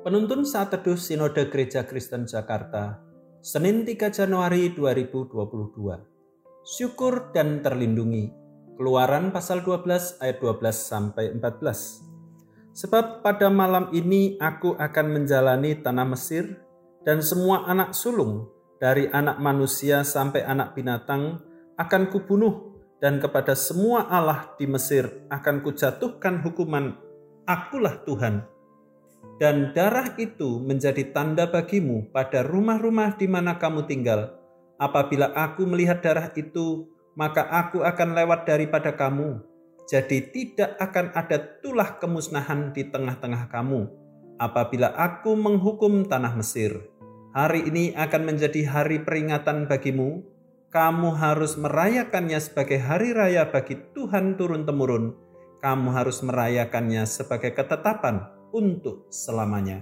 Penuntun Saat Teduh Sinode Gereja Kristen Jakarta, Senin 3 Januari 2022. Syukur dan terlindungi. Keluaran pasal 12 ayat 12-14. Sebab pada malam ini aku akan menjalani tanah Mesir, dan semua anak sulung dari anak manusia sampai anak binatang akan kubunuh, dan kepada semua allah di Mesir akan kujatuhkan hukuman. Akulah Tuhan. Dan darah itu menjadi tanda bagimu pada rumah-rumah di mana kamu tinggal. Apabila aku melihat darah itu, maka aku akan lewat daripada kamu. Jadi tidak akan ada tulah kemusnahan di tengah-tengah kamu. Apabila aku menghukum tanah Mesir, hari ini akan menjadi hari peringatan bagimu. Kamu harus merayakannya sebagai hari raya bagi Tuhan turun-temurun. Kamu harus merayakannya sebagai ketetapan untuk selamanya.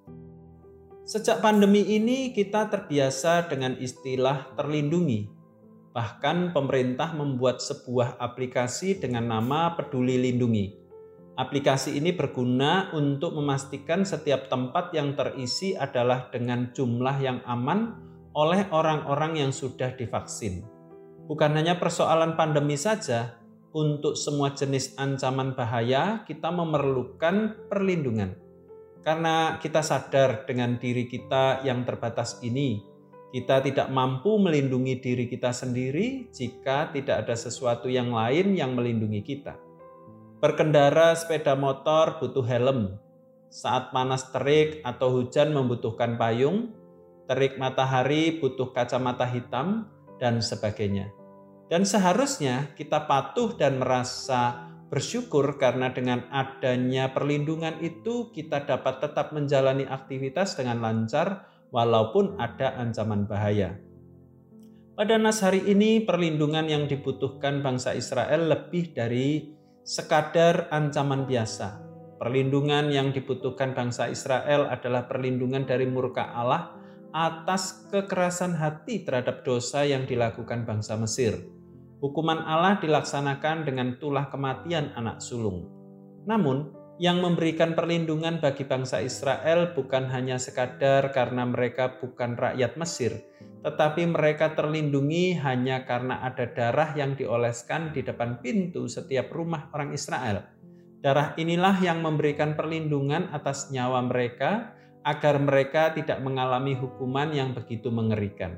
Sejak pandemi ini kita terbiasa dengan istilah terlindungi. Bahkan pemerintah membuat sebuah aplikasi dengan nama Peduli Lindungi. Aplikasi ini berguna untuk memastikan setiap tempat yang terisi adalah dengan jumlah yang aman oleh orang-orang yang sudah divaksin. Bukan hanya persoalan pandemi saja, untuk semua jenis ancaman bahaya kita memerlukan perlindungan. Karena kita sadar dengan diri kita yang terbatas ini, kita tidak mampu melindungi diri kita sendiri jika tidak ada sesuatu yang lain yang melindungi kita. Berkendara sepeda motor butuh helm. Saat panas terik atau hujan membutuhkan payung, terik matahari butuh kacamata hitam, dan sebagainya. Dan seharusnya kita patuh dan merasa bersyukur karena dengan adanya perlindungan itu kita dapat tetap menjalani aktivitas dengan lancar walaupun ada ancaman bahaya. Pada nas hari ini perlindungan yang dibutuhkan bangsa Israel lebih dari sekadar ancaman biasa. Perlindungan yang dibutuhkan bangsa Israel adalah perlindungan dari murka Allah atas kekerasan hati terhadap dosa yang dilakukan bangsa Mesir. Hukuman Allah dilaksanakan dengan tulah kematian anak sulung. Namun, yang memberikan perlindungan bagi bangsa Israel bukan hanya sekadar karena mereka bukan rakyat Mesir, tetapi mereka terlindungi hanya karena ada darah yang dioleskan di depan pintu setiap rumah orang Israel. Darah inilah yang memberikan perlindungan atas nyawa mereka agar mereka tidak mengalami hukuman yang begitu mengerikan.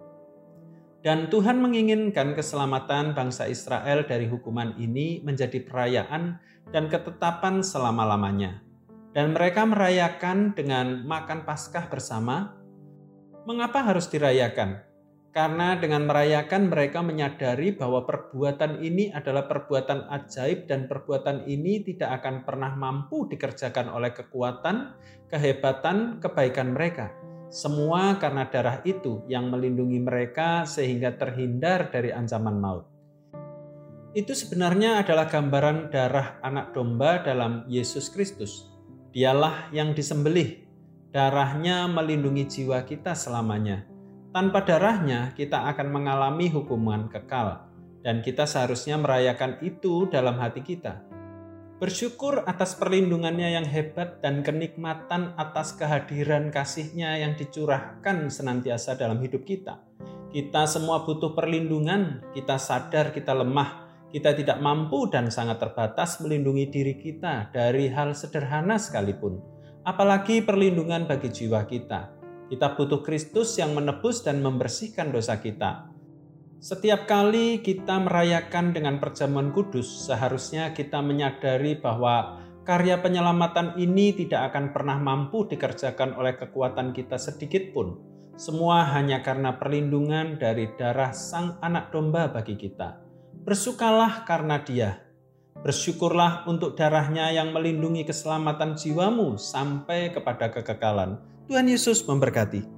Dan Tuhan menginginkan keselamatan bangsa Israel dari hukuman ini menjadi perayaan dan ketetapan selama-lamanya. Dan mereka merayakan dengan makan Paskah bersama. Mengapa harus dirayakan? Karena dengan merayakan mereka menyadari bahwa perbuatan ini adalah perbuatan ajaib dan perbuatan ini tidak akan pernah mampu dikerjakan oleh kekuatan, kehebatan, kebaikan mereka. Semua karena darah itu yang melindungi mereka sehingga terhindar dari ancaman maut. Itu sebenarnya adalah gambaran darah anak domba dalam Yesus Kristus. Dialah yang disembelih. Darahnya melindungi jiwa kita selamanya. Tanpa darahnya kita akan mengalami hukuman kekal. Dan kita seharusnya merayakan itu dalam hati kita. Bersyukur atas perlindungannya yang hebat dan kenikmatan atas kehadiran kasih-Nya yang dicurahkan senantiasa dalam hidup kita. Kita semua butuh perlindungan, kita sadar kita lemah, kita tidak mampu dan sangat terbatas melindungi diri kita dari hal sederhana sekalipun. Apalagi perlindungan bagi jiwa kita. Kita butuh Kristus yang menebus dan membersihkan dosa kita. Setiap kali kita merayakan dengan perjamuan kudus, seharusnya kita menyadari bahwa karya penyelamatan ini tidak akan pernah mampu dikerjakan oleh kekuatan kita sedikit pun. Semua hanya karena perlindungan dari darah Sang Anak Domba bagi kita. Bersukalah karena Dia. Bersyukurlah untuk darahnya yang melindungi keselamatan jiwamu sampai kepada kekekalan. Tuhan Yesus memberkati.